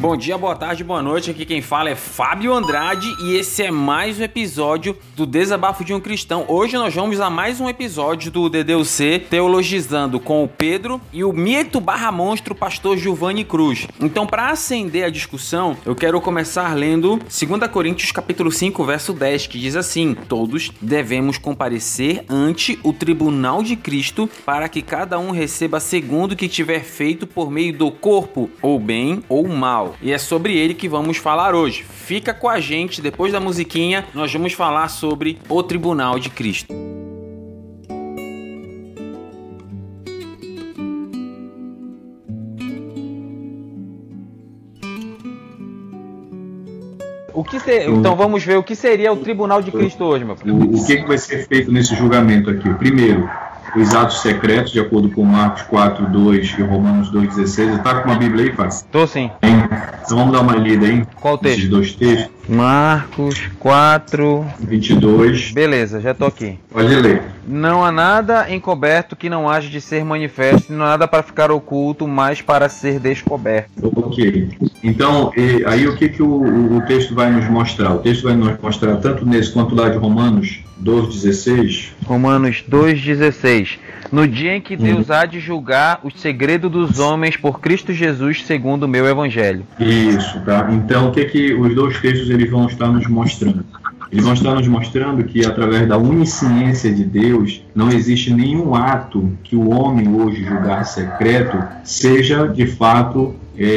Bom dia, boa tarde, boa noite. Aqui quem fala é Fábio Andrade e esse é mais um episódio do Desabafo de um Cristão. Hoje nós vamos a mais um episódio do DDUC Teologizando com o Pedro e o mito barra monstro pastor Giovanni Cruz. Então, para acender a discussão, eu quero começar lendo 2 Coríntios capítulo 5, verso 10, que diz assim: todos devemos comparecer ante o tribunal de Cristo para que cada um receba segundo o que tiver feito por meio do corpo, ou bem ou mal. E é sobre ele que vamos falar hoje. Fica com a gente, depois da musiquinha, nós vamos falar sobre o Tribunal de Cristo. Então vamos ver o que seria o Tribunal de Cristo hoje, meu filho. O que vai ser feito nesse julgamento aqui? Primeiro, os atos secretos, de acordo com Marcos 4:2 e Romanos 2:16. Está com uma Bíblia aí, Fácil? Tô sim. Então vamos dar uma lida aí. Qual texto? Esses dois textos. Marcos 4:22. Beleza, já tô aqui. Pode ler. Não há nada encoberto que não haja de ser manifesto, não há nada para ficar oculto, mas para ser descoberto. Ok. Então, aí o que o texto vai nos mostrar? O texto vai nos mostrar tanto nesse quanto lá de Romanos 2:16. Romanos 2:16. No dia em que Deus há de julgar o segredo dos homens por Cristo Jesus, segundo o meu evangelho. Isso, tá? Então, o que os dois textos eles vão estar nos mostrando? Eles vão estar nos mostrando que, através da onisciência de Deus, não existe nenhum ato que o homem hoje julgar secreto seja, de fato,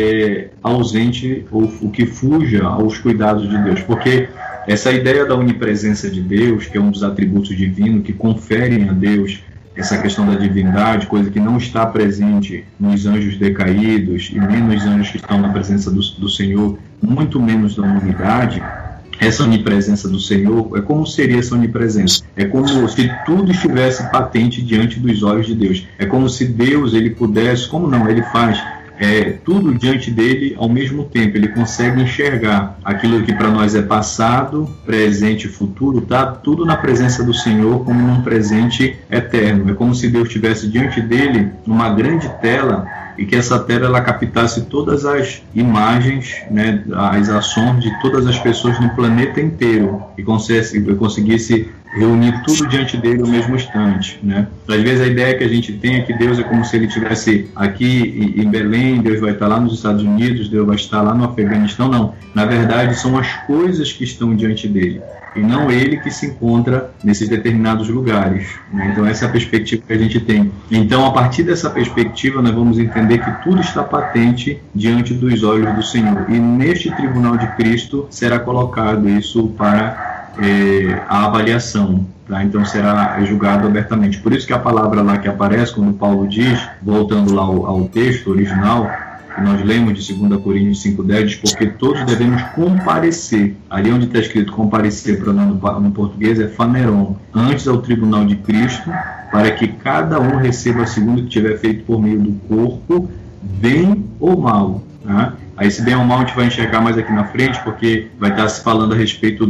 ausente ou o que fuja aos cuidados de Deus. Porque essa ideia da onipresença de Deus, que é um dos atributos divinos que conferem a Deus essa questão da divindade, coisa que não está presente nos anjos decaídos e nem nos anjos que estão na presença do Senhor, muito menos na humanidade. Essa onipresença do Senhor, como seria essa onipresença? É como se tudo estivesse patente diante dos olhos de Deus. É como se Deus ele pudesse, como não, ele faz tudo diante dele ao mesmo tempo. Ele consegue enxergar aquilo que para nós é passado, presente e futuro, tá tudo na presença do Senhor como num presente eterno. É como se Deus estivesse diante dele numa grande tela e que essa tela ela captasse todas as imagens, né, as ações de todas as pessoas no planeta inteiro e conseguisse reunir tudo diante dele no mesmo instante, né? Às vezes a ideia que a gente tem é que Deus é como se ele estivesse aqui em Belém, Deus vai estar lá nos Estados Unidos, Deus vai estar lá no Afeganistão. Não, na verdade são as coisas que estão diante dele e não ele que se encontra nesses determinados lugares, né? Então essa é a perspectiva que a gente tem. Então, a partir dessa perspectiva, nós vamos entender que tudo está patente diante dos olhos do Senhor, e neste tribunal de Cristo será colocado isso para a avaliação, tá? Então será julgado abertamente. Por isso que a palavra lá que aparece, quando Paulo diz, voltando lá ao texto original, que nós lemos de 2 Coríntios 5:10, diz: porque todos devemos comparecer. Ali onde está escrito comparecer, no português é faneron, antes ao tribunal de Cristo, para que cada um receba segundo o que tiver feito por meio do corpo, bem ou mal, tá? Aí esse bem ou mal a gente vai enxergar mais aqui na frente, porque vai estar se falando a respeito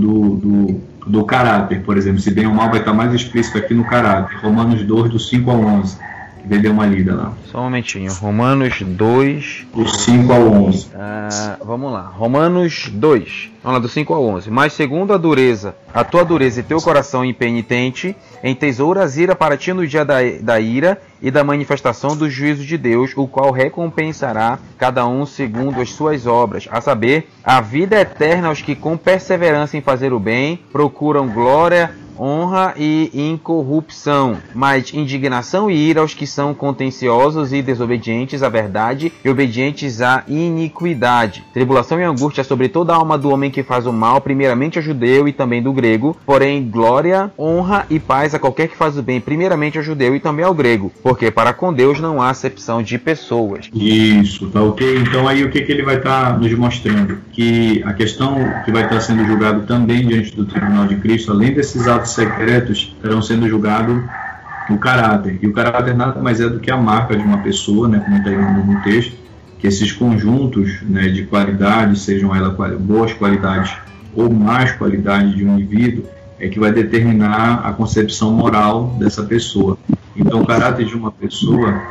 do caráter, por exemplo. Esse bem ou mal vai estar mais explícito aqui no caráter. Romanos 2, do 5 ao 11. Que dê uma lida lá. Só um momentinho. Romanos 2... do 5 ao 11. Vamos lá. Romanos 2. Vamos lá, do 5 ao 11. Mas segundo a tua dureza e teu coração impenitente, entesouras ira para ti no dia da ira e da manifestação do juízo de Deus, o qual recompensará cada um segundo as suas obras, a saber, a vida eterna aos que com perseverança em fazer o bem procuram glória, honra e incorrupção, mas indignação e ira aos que são contenciosos e desobedientes à verdade e obedientes à iniquidade. Tribulação e angústia sobre toda a alma do homem que faz o mal, primeiramente ao judeu e também do grego, porém glória, honra e paz a qualquer que faz o bem, primeiramente ao judeu e também ao grego, porque para com Deus não há acepção de pessoas. Isso, tá ok? Então aí o que ele vai estar nos mostrando? Que a questão que vai estar sendo julgado também diante do tribunal de Cristo, além desses atos secretos, estarão sendo julgados o caráter. E o caráter nada mais é do que a marca de uma pessoa, né, como está aí no texto, que esses conjuntos, né, de qualidades, sejam elas boas qualidades ou más qualidades de um indivíduo, é que vai determinar a concepção moral dessa pessoa. Então, o caráter de uma pessoa é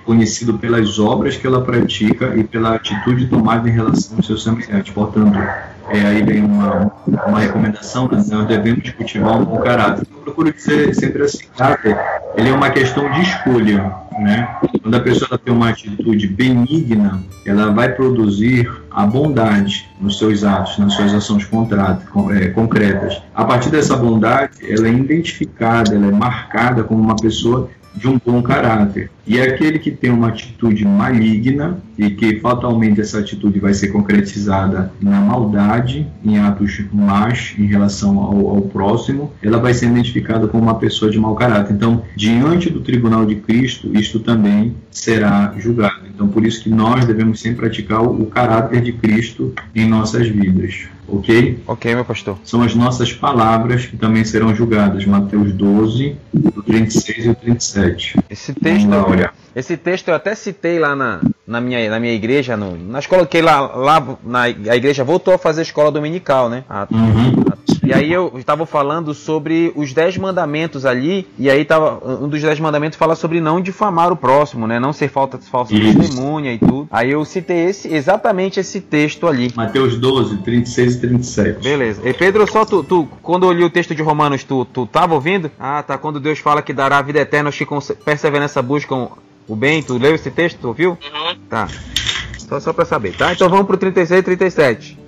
conhecido pelas obras que ela pratica e pela atitude tomada em relação aos seus semelhantes. Portanto, aí vem uma recomendação, né? Nós devemos cultivar um bom caráter. Eu procuro dizer sempre assim, caráter, ele é uma questão de escolha, né? Quando a pessoa ela tem uma atitude benigna, ela vai produzir a bondade nos seus atos, nas suas ações concretas. A partir dessa bondade, ela é identificada, ela é marcada como uma pessoa de um bom caráter. E aquele que tem uma atitude maligna e que fatalmente essa atitude vai ser concretizada na maldade, em atos más em relação ao próximo, ela vai ser identificada como uma pessoa de mau caráter. Então, diante do tribunal de Cristo, isto também será julgado. Então, por isso que nós devemos sempre praticar o caráter de Cristo em nossas vidas. Ok? Ok, meu pastor. São as nossas palavras que também serão julgadas. Mateus 12, do 36 e o 37. Esse texto eu até citei lá na minha igreja, na escola, que a igreja voltou a fazer escola dominical, né? E aí eu estava falando sobre os 10 mandamentos ali, e aí um dos 10 mandamentos fala sobre não difamar o próximo, né? Não ser falsa testemunha e tudo. Aí eu citei exatamente esse texto ali. Mateus 12, 36 e 37. Beleza. E Pedro, só tu quando eu li o texto de Romanos, tu tava ouvindo? Ah, tá. Quando Deus fala que dará a vida eterna aos que com perseverança buscam o bem, tu leu esse texto, tu ouviu? Tá. Só pra saber, tá? Então vamos pro 36 e 37.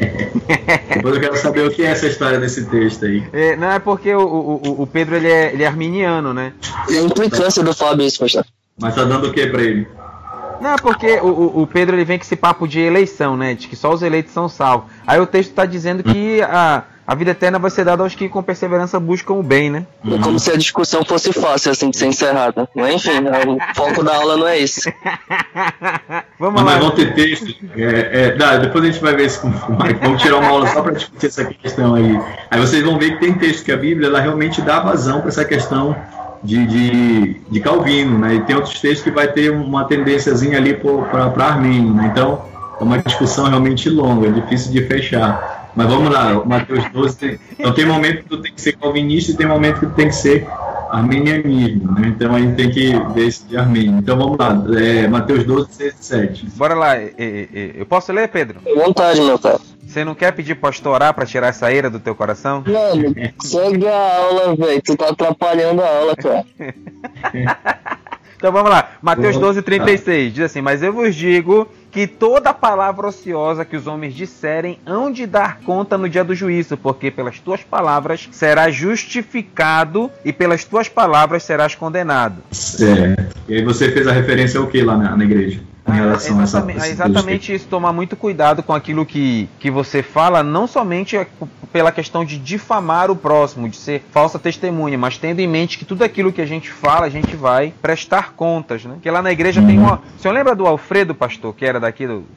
Depois eu quero saber o que é essa história desse texto aí. Não, é porque o Pedro, ele é arminiano, né? É implicância do Fábio isso, pastor. Mas tá dando o que pra ele? Não, porque o Pedro, ele vem com esse papo de eleição, né? De que só os eleitos são salvos. Aí o texto tá dizendo que a vida eterna vai ser dada aos que com perseverança buscam o bem, né? É como se a discussão fosse fácil, assim, de ser encerrada. Mas enfim, o foco da aula não é esse. Vamos lá. Mas vão ter textos. Depois a gente vai ver isso. Vamos tirar uma aula só para discutir essa questão aí. Aí vocês vão ver que tem texto que a Bíblia ela realmente dá vazão para essa questão de Calvino, né? E tem outros textos que vai ter uma tendênciazinha ali para Armínio, né? Então é uma discussão realmente longa, é difícil de fechar. Mas vamos lá, Mateus 12 então tem momento que tu tem que ser calvinista e tem momento que tu tem que ser arminianismo, né? Então a gente tem que ver esse de Armínio. Então vamos lá, Mateus 12, 6 e 7. Bora lá, eu posso ler, Pedro? À vontade, meu cara. Você não quer pedir pastor orar pra tirar essa ira do teu coração? Mano, segue a aula, velho. Tu tá atrapalhando a aula, cara. Então vamos lá, Mateus 12, 36, diz assim: mas eu vos digo que toda palavra ociosa que os homens disserem hão de dar conta no dia do juízo, porque pelas tuas palavras serás justificado e pelas tuas palavras serás condenado. Certo. E aí você fez a referência ao que lá na igreja? Em relação exatamente isso, tomar muito cuidado com aquilo que você fala, não somente pela questão de difamar o próximo, de ser falsa testemunha, mas tendo em mente que tudo aquilo que a gente fala, a gente vai prestar contas, né? Porque lá na igreja tem uma... O senhor lembra do Alfredo, pastor, que era daqui do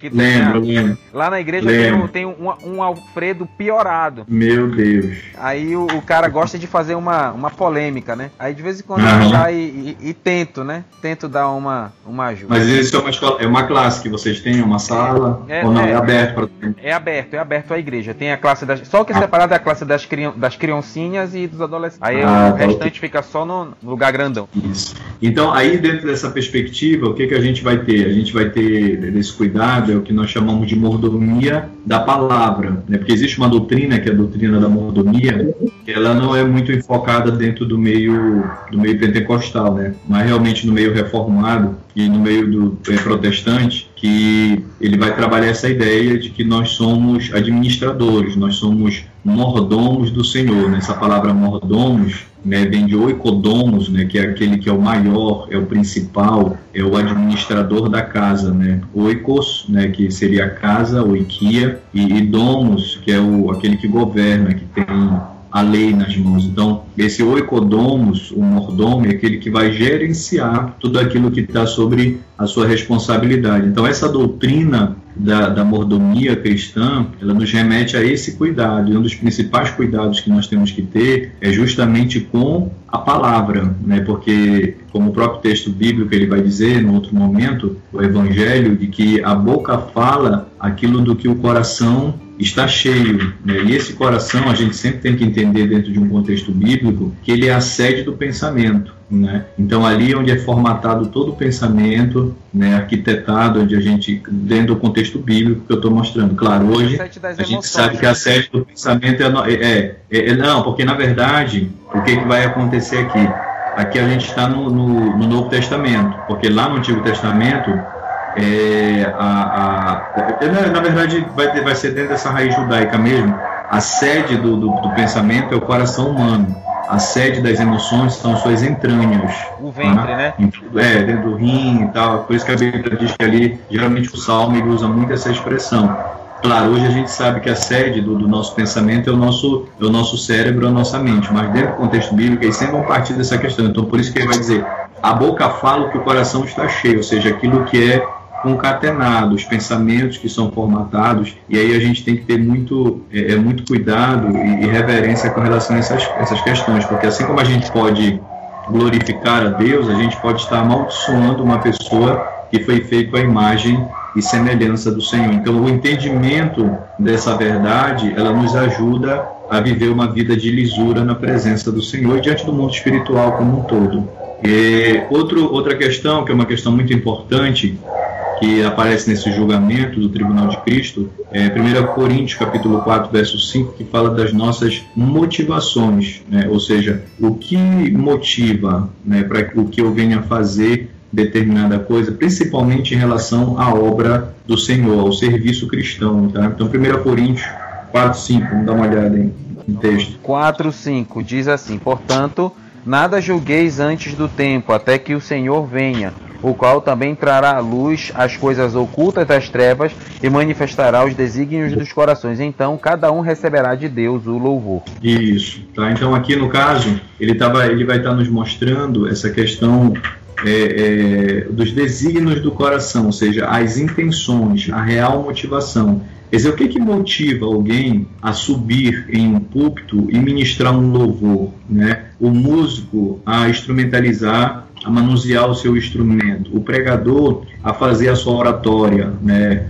Lembro. Lá na igreja tem um Alfredo piorado. Meu Deus. Aí o cara gosta de fazer uma polêmica, né? Aí de vez em quando eu já tento, né? Tento dar uma ajuda. Mas isso é uma classe que vocês têm, uma sala? Ou não? É aberto para... É aberto a igreja. Tem a classe só o que é separado é a classe das criancinhas e dos adolescentes. Aí o restante fica só no lugar grandão. Isso. Então, aí dentro dessa perspectiva, o que a gente vai ter? A gente vai ter esse cuidado, é o que nós chamamos de mordomia da palavra, né? Porque existe uma doutrina, que é a doutrina da mordomia, que ela não é muito enfocada dentro do meio pentecostal, né? Mas realmente no meio reformado e no meio do protestante, que ele vai trabalhar essa ideia de que nós somos administradores, nós somos mordomos do Senhor, né? Essa palavra mordomos, né, vem de oikodomos, né, que é aquele que é o maior, é o principal, é o administrador da casa, né? Oikos, né, que seria a casa, oikia, e domos, que é aquele que governa, que tem a lei nas mãos. Então, esse oikodomos, o mordomo, é aquele que vai gerenciar tudo aquilo que está sobre a sua responsabilidade. Então, essa doutrina da mordomia cristã, ela nos remete a esse cuidado. E um dos principais cuidados que nós temos que ter é justamente com a palavra, né? Porque, como o próprio texto bíblico ele vai dizer, no outro momento, o Evangelho, de que a boca fala aquilo do que o coração está cheio, né? E esse coração a gente sempre tem que entender dentro de um contexto bíblico que ele é a sede do pensamento. né? Então ali onde é formatado todo o pensamento, né, arquitetado, onde a gente, dentro do contexto bíblico que eu estou mostrando. Claro, hoje a gente sabe que a sede do pensamento não, porque na verdade, o que vai acontecer aqui? Aqui a gente está no Novo Testamento, porque lá no Antigo Testamento, na verdade vai ser dentro dessa raiz judaica mesmo, a sede do pensamento é o coração humano. A sede das emoções são suas entranhas. O ventre, né? Dentro do rim e tal. Por isso que a Bíblia diz que ali, geralmente o Salmo ele usa muito essa expressão. Claro, hoje a gente sabe que a sede do nosso pensamento é o nosso cérebro, a nossa mente. Mas dentro do contexto bíblico, eles sempre vão partir dessa questão. Então, por isso que ele vai dizer, a boca fala o que o coração está cheio. Ou seja, aquilo que é concatenado, os pensamentos que são formatados, e aí a gente tem que ter muito cuidado e reverência com relação a essas questões, porque assim como a gente pode glorificar a Deus, a gente pode estar amaldiçoando uma pessoa que foi feita à imagem e semelhança do Senhor. Então o entendimento dessa verdade, ela nos ajuda a viver uma vida de lisura na presença do Senhor e diante do mundo espiritual como um todo. Outra questão, que é uma questão muito importante, que aparece nesse julgamento do Tribunal de Cristo, 1 Coríntios capítulo 4, verso 5, que fala das nossas motivações, né? Ou seja, o que motiva, né, para o que eu venha fazer determinada coisa, principalmente em relação à obra do Senhor, ao serviço cristão. Tá? Então, 1 Coríntios 4, 5, vamos dar uma olhada aí no texto. 4, 5, diz assim: portanto, nada julgueis antes do tempo, até que o Senhor venha, o qual também trará à luz as coisas ocultas das trevas e manifestará os desígnios dos corações. Então, cada um receberá de Deus o louvor. Isso. Tá? Então, aqui no caso, ele vai estar nos mostrando essa questão dos desígnios do coração, ou seja, as intenções, a real motivação. Quer dizer, o que motiva alguém a subir em um púlpito e ministrar um louvor, né? O músico a instrumentalizar, a manusear o seu instrumento, o pregador a fazer a sua oratória, né?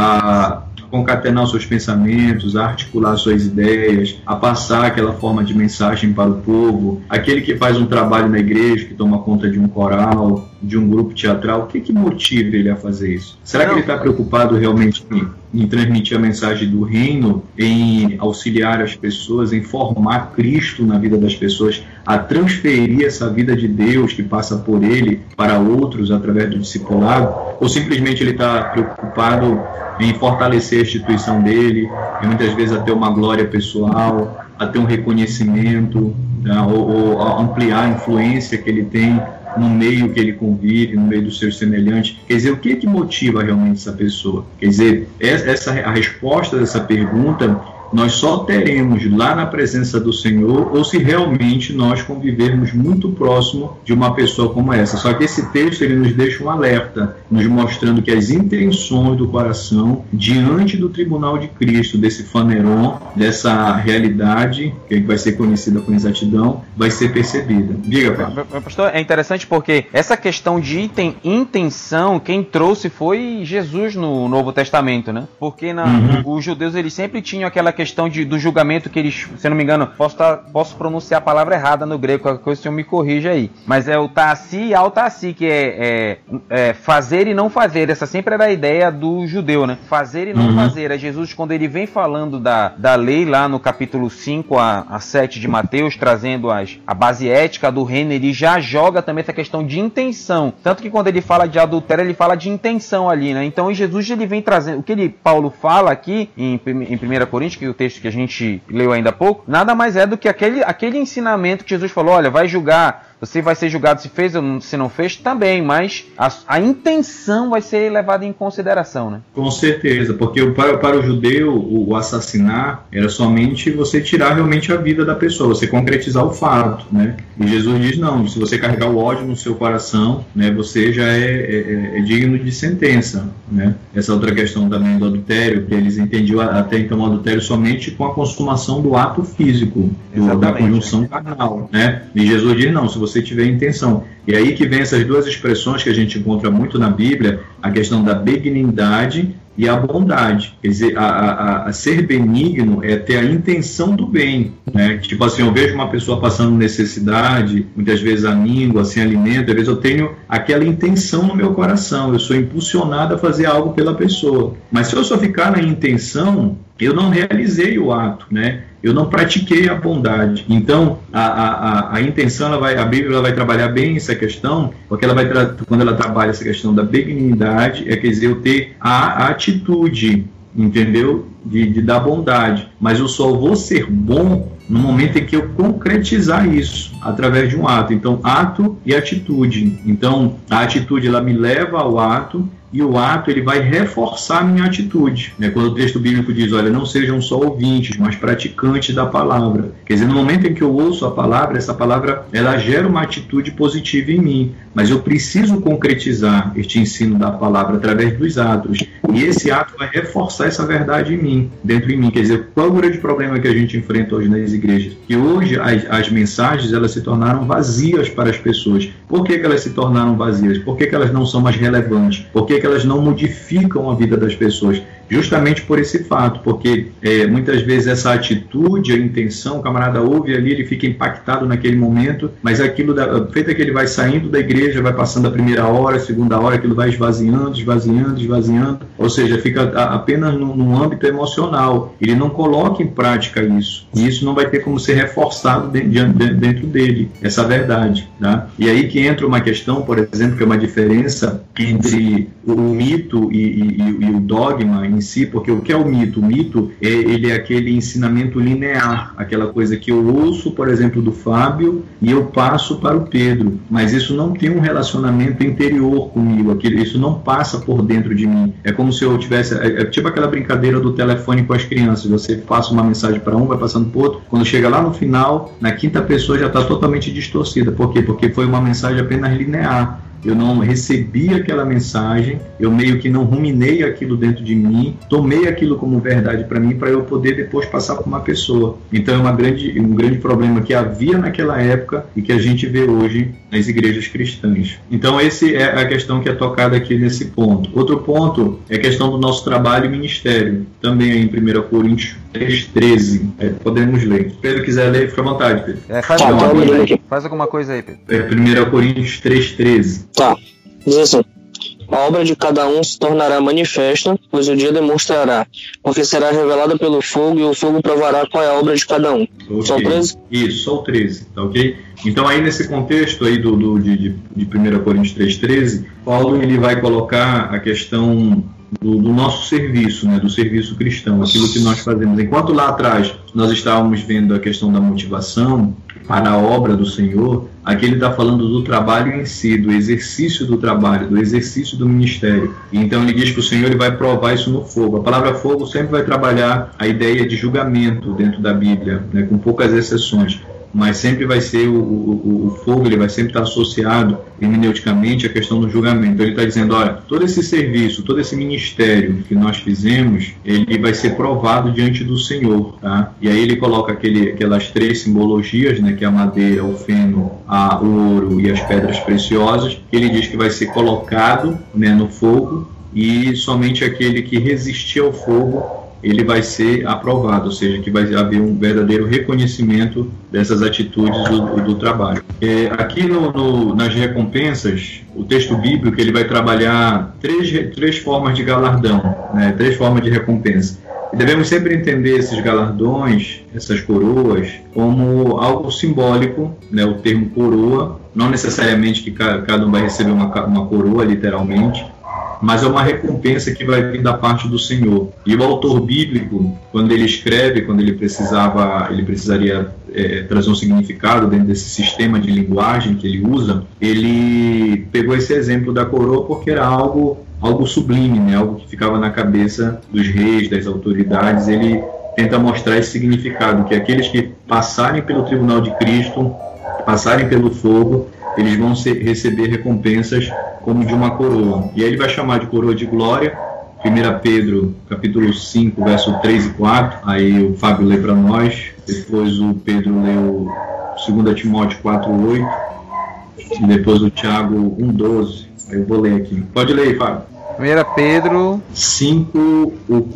A concatenar os seus pensamentos, a articular suas ideias, a passar aquela forma de mensagem para o povo, aquele que faz um trabalho na igreja, que toma conta de um coral, de um grupo teatral, o que motiva ele a fazer isso? Será que ele está preocupado realmente em transmitir a mensagem do reino, em auxiliar as pessoas, em formar Cristo na vida das pessoas, a transferir essa vida de Deus que passa por ele para outros através do discipulado? Ou simplesmente ele está preocupado em fortalecer a instituição dele, e muitas vezes a ter uma glória pessoal, a ter um reconhecimento, ou a ampliar a influência que ele tem no meio que ele convive, no meio dos seus semelhantes? Quer dizer, o que motiva realmente essa pessoa? Quer dizer, a resposta dessa pergunta nós só teremos lá na presença do Senhor, ou se realmente nós convivermos muito próximo de uma pessoa como essa. Só que esse texto ele nos deixa um alerta, nos mostrando que as intenções do coração diante do tribunal de Cristo, desse faneron, dessa realidade que vai ser conhecida com exatidão, vai ser percebida. Diga, Paulo. Pastor, é interessante porque essa questão de intenção, quem trouxe foi Jesus no Novo Testamento, né? Porque os judeus eles sempre tinham aquela questão do julgamento que eles, se eu não me engano, posso pronunciar a palavra errada no grego, qualquer coisa o senhor me corrija aí, mas é o ta'asi e al-ta'asi, que é fazer e não fazer. Essa sempre era a ideia do judeu, né? Fazer e não fazer. É Jesus, quando ele vem falando da lei lá no capítulo 5 a 7 de Mateus, trazendo a base ética do reino, ele já joga também essa questão de intenção, tanto que quando ele fala de adultério, ele fala de intenção ali, né? Então Jesus ele vem trazendo, o que Paulo fala aqui em 1 Coríntios, que o texto que a gente leu ainda há pouco, nada mais é do que aquele ensinamento que Jesus falou: olha, vai julgar, você vai ser julgado se fez ou se não fez também, mas a intenção vai ser levada em consideração, né? Com certeza, porque para o judeu o assassinar era somente você tirar realmente a vida da pessoa, você concretizar o fato, né? E Jesus diz: não, se você carregar o ódio no seu coração, né, você já é digno de sentença, né? Essa outra questão também do adultério, que eles entendiam até então o adultério somente com a consumação do ato físico, da conjunção carnal, né? E Jesus diz: não, se você tiver intenção. E aí que vem essas duas expressões que a gente encontra muito na Bíblia, a questão da benignidade e a bondade. Quer dizer, a ser benigno é ter a intenção do bem, né? Tipo assim, eu vejo uma pessoa passando necessidade, muitas vezes a míngua, sem alimento, às vezes eu tenho aquela intenção no meu coração, eu sou impulsionado a fazer algo pela pessoa. Mas se eu só ficar na intenção, eu não realizei o ato, né? Eu não pratiquei a bondade. Então, a intenção, a Bíblia ela vai trabalhar bem essa questão, porque ela vai quando ela trabalha essa questão da benignidade, quer dizer, eu ter a atitude, entendeu? De dar bondade. Mas eu só vou ser bom no momento em que eu concretizar isso através de um ato. Então, ato e atitude. Então, a atitude ela me leva ao ato, e o ato ele vai reforçar a minha atitude, né? Quando o texto bíblico diz, olha, não sejam só ouvintes, mas praticantes da palavra. Quer dizer, no momento em que eu ouço a palavra, essa palavra ela gera uma atitude positiva em mim, mas eu preciso concretizar este ensino da palavra através dos atos, e esse ato vai reforçar essa verdade em mim, dentro de mim. Quer dizer, qual é o grande problema que a gente enfrenta hoje nas igrejas? Que hoje as mensagens elas se tornaram vazias para as pessoas. Por que elas se tornaram vazias? Por que elas não são mais relevantes? Por que elas não modificam a vida das pessoas? Justamente por esse fato, porque muitas vezes essa atitude, a intenção, o camarada ouve ali, ele fica impactado naquele momento, mas aquilo, feito que ele vai saindo da igreja, vai passando a primeira hora, a segunda hora, aquilo vai esvaziando, ou seja, fica apenas num âmbito emocional, ele não coloca em prática isso, e isso não vai ter como ser reforçado dentro dele, essa verdade, tá? E aí que entra uma questão, por exemplo, que é uma diferença entre o mito e o dogma em si, porque o que é o mito? O mito ele é aquele ensinamento linear, aquela coisa que eu ouço, por exemplo, do Fábio e eu passo para o Pedro, mas isso não tem um relacionamento interior comigo, isso não passa por dentro de mim. É como se eu tivesse, tipo aquela brincadeira do telefone com as crianças, você passa uma mensagem para um, vai passando para o outro, quando chega lá no final, na quinta pessoa já está totalmente distorcida. Por quê? Porque foi uma mensagem apenas linear. Eu não recebi aquela mensagem, eu meio que não ruminei aquilo dentro de mim, tomei aquilo como verdade para mim, para eu poder depois passar para uma pessoa. Então é um grande problema que havia naquela época e que a gente vê hoje nas igrejas cristãs. Então essa é a questão que é tocada aqui nesse ponto. Outro ponto é a questão do nosso trabalho e ministério, também aí em 1 Coríntios 3:13. Podemos ler. Se Pedro quiser ler, fica à vontade, Pedro. Faz alguma coisa aí, Pedro. 1 Coríntios 3:13. Tá, diz assim: a obra de cada um se tornará manifesta, pois o dia demonstrará, porque será revelada pelo fogo, e o fogo provará qual é a obra de cada um. Okay. Só o 13? Isso, só o 13, tá ok? Então aí nesse contexto aí de 1 Coríntios 3:13, Paulo ele vai colocar a questão do nosso serviço, né, do serviço cristão, aquilo que nós fazemos. Enquanto lá atrás nós estávamos vendo a questão da motivação para a obra do Senhor, aqui ele está falando do trabalho em si, do exercício do trabalho, do exercício do ministério. E então ele diz que o Senhor ele vai provar isso no fogo. A palavra fogo sempre vai trabalhar a ideia de julgamento dentro da Bíblia, né, com poucas exceções. Mas sempre vai ser o fogo, ele vai sempre estar associado hermeneuticamente à questão do julgamento. Então ele está dizendo, olha, todo esse serviço, todo esse ministério que nós fizemos, ele vai ser provado diante do Senhor, tá? E aí ele coloca aquelas 3 simbologias, né, que é a madeira, o feno, o ouro e as pedras preciosas, que ele diz que vai ser colocado, né, no fogo, e somente aquele que resistir ao fogo ele vai ser aprovado, ou seja, que vai haver um verdadeiro reconhecimento dessas atitudes do trabalho. Aqui nas recompensas, o texto bíblico ele vai trabalhar três formas de galardão, né, 3 formas de recompensa. E devemos sempre entender esses galardões, essas coroas, como algo simbólico, né, o termo coroa, não necessariamente que cada um vai receber uma coroa, literalmente, mas é uma recompensa que vai vir da parte do Senhor. E o autor bíblico, quando ele escreve, quando ele precisaria trazer um significado dentro desse sistema de linguagem que ele usa, ele pegou esse exemplo da coroa porque era algo sublime, né? Algo que ficava na cabeça dos reis, das autoridades. Ele tenta mostrar esse significado, que aqueles que passarem pelo tribunal de Cristo, passarem pelo fogo, eles vão receber recompensas como de uma coroa. E aí ele vai chamar de coroa de glória. 1 Pedro, capítulo 5, verso 3 e 4. Aí o Fábio lê para nós. Depois o Pedro leu 2 Timóteo 4, 8. E depois o Tiago 1, 12. Aí eu vou ler aqui. Pode ler aí, Fábio. 1 Pedro 5,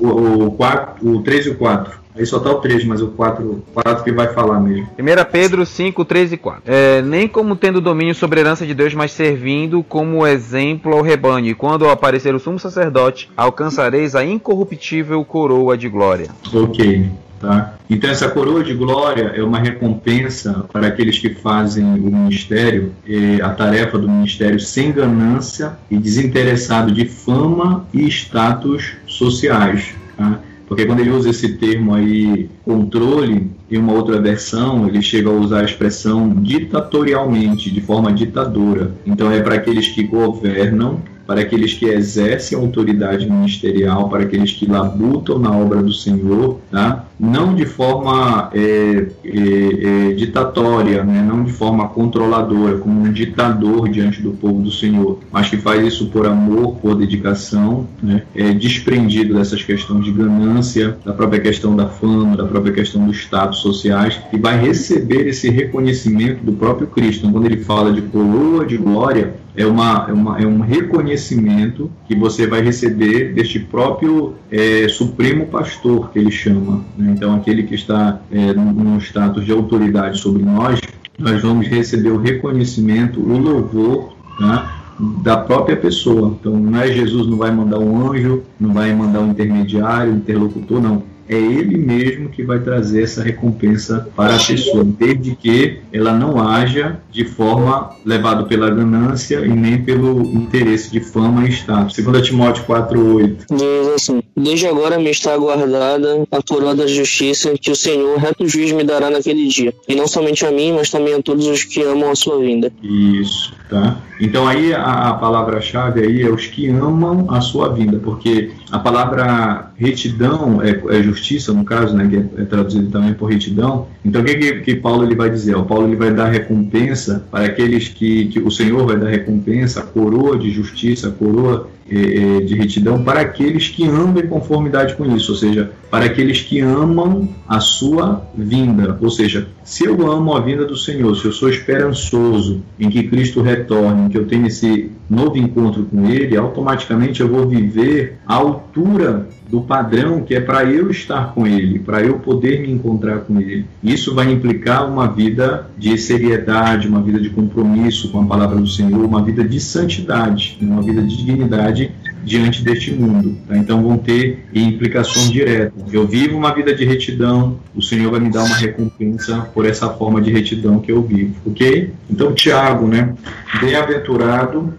o 3 e o 4. Aí só tá o 3, mas o 4 que vai falar mesmo. 1 Pedro 5, 3 e 4. Nem como tendo domínio sobre a herança de Deus, mas servindo como exemplo ao rebanho. E quando aparecer o sumo sacerdote, alcançareis a incorruptível coroa de glória. Ok, tá? Então essa coroa de glória é uma recompensa para aqueles que fazem o ministério, a tarefa do ministério sem ganância e desinteressado de fama e status sociais, tá? Porque quando ele usa esse termo aí, controle, em uma outra versão, ele chega a usar a expressão ditatorialmente, de forma ditadora. Então é para aqueles que governam, para aqueles que exercem autoridade ministerial, para aqueles que labutam na obra do Senhor, tá? Não de forma ditatória, né? Não de forma controladora, como um ditador diante do povo do Senhor, mas que faz isso por amor, por dedicação, né? Desprendido dessas questões de ganância, da própria questão da fama, da própria questão dos status sociais, e vai receber esse reconhecimento do próprio Cristo. Então, quando ele fala de coroa de glória, é um reconhecimento que você vai receber deste próprio Supremo Pastor, que ele chama, né? Então, aquele que está num status de autoridade sobre nós vamos receber o reconhecimento, o louvor, tá? Da própria pessoa. Então, não é Jesus, não vai mandar um anjo, não vai mandar um intermediário, um interlocutor, não. É ele mesmo que vai trazer essa recompensa para a pessoa, desde que ela não haja de forma levada pela ganância e nem pelo interesse de fama e status. 2 Timóteo 4:8. Diz assim: desde agora me está aguardada a coroa da justiça que o Senhor, reto juiz, me dará naquele dia. E não somente a mim, mas também a todos os que amam a sua vinda. Isso, tá? Então aí a palavra-chave aí é os que amam a sua vinda, porque a palavra retidão é justiça, no caso, né, que é traduzido também por retidão. Então o que Paulo ele vai dizer? O Paulo ele vai dar recompensa para aqueles que o Senhor vai dar recompensa, a coroa de justiça, a coroa de retidão para aqueles que andam em conformidade com isso, ou seja, para aqueles que amam a sua vinda. Ou seja, se eu amo a vinda do Senhor, se eu sou esperançoso em que Cristo retorne, em que eu tenho esse novo encontro com Ele, automaticamente eu vou viver à altura do padrão que é para eu estar com Ele, para eu poder me encontrar com Ele. Isso vai implicar uma vida de seriedade, uma vida de compromisso com a palavra do Senhor, uma vida de santidade, uma vida de dignidade diante deste mundo, tá? Então vão ter implicações diretas. Eu vivo uma vida de retidão, o Senhor vai me dar uma recompensa por essa forma de retidão que eu vivo, ok? Então Tiago, né? Bem-aventurado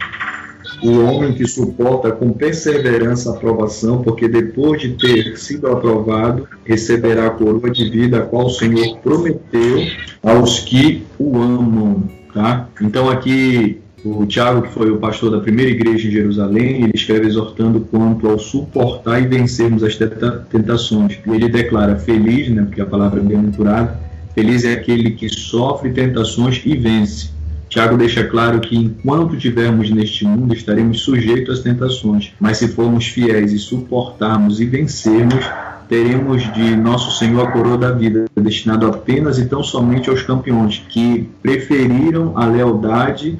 o homem que suporta com perseverança a aprovação, porque depois de ter sido aprovado, receberá a coroa de vida, a qual o Senhor prometeu aos que o amam, tá? Então aqui o Tiago, que foi o pastor da primeira igreja em Jerusalém, ele escreve exortando quanto ao suportar e vencermos as tentações. E ele declara: feliz, né, porque a palavra é bem-aventurado, feliz é aquele que sofre tentações e vence. Tiago deixa claro que enquanto estivermos neste mundo, estaremos sujeitos às tentações, mas se formos fiéis e suportarmos e vencermos, teremos de nosso Senhor a coroa da vida, destinado apenas e tão somente aos campeões, que preferiram a lealdade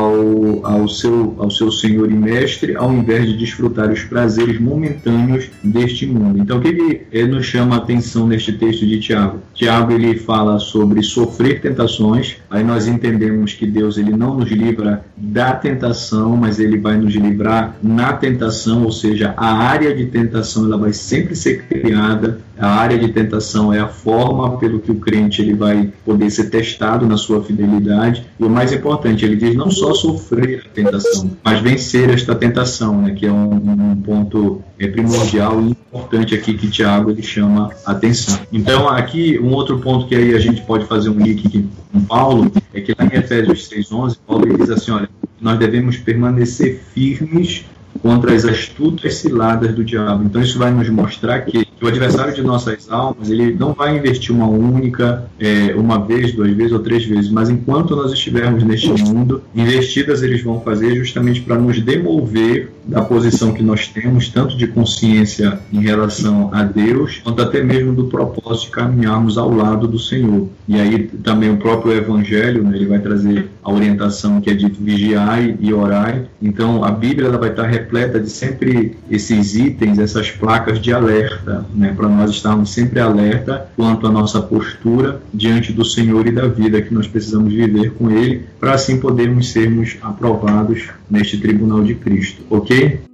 ao seu Senhor e Mestre, ao invés de desfrutar os prazeres momentâneos deste mundo. Então, o que nos chama a atenção neste texto de Tiago? Tiago ele fala sobre sofrer tentações. Aí nós entendemos que Deus ele não nos livra da tentação, mas ele vai nos livrar na tentação, ou seja, a área de tentação ela vai sempre ser criada. A área de tentação é a forma pelo que o crente ele vai poder ser testado na sua fidelidade. E o mais importante, ele diz não só sofrer a tentação, mas vencer esta tentação, né, que é um ponto primordial e importante aqui que Tiago ele chama a atenção. Então aqui um outro ponto que aí a gente pode fazer um link com Paulo é que lá em Efésios 6:11, Paulo ele diz assim: olha, nós devemos permanecer firmes contra as astutas ciladas do diabo. Então isso vai nos mostrar que O adversário de nossas almas, ele não vai investir uma única, uma vez, 2 vezes ou 3 vezes, mas enquanto nós estivermos neste mundo, investidas eles vão fazer justamente para nos demover da posição que nós temos, tanto de consciência em relação a Deus, quanto até mesmo do propósito de caminharmos ao lado do Senhor. E aí também o próprio Evangelho, né, ele vai trazer a orientação que é de vigiai e orai. Então a Bíblia ela vai estar repleta de sempre esses itens, essas placas de alerta, né, para nós estarmos sempre alerta quanto à nossa postura diante do Senhor e da vida que nós precisamos viver com Ele, para assim podermos sermos aprovados neste tribunal de Cristo, ok?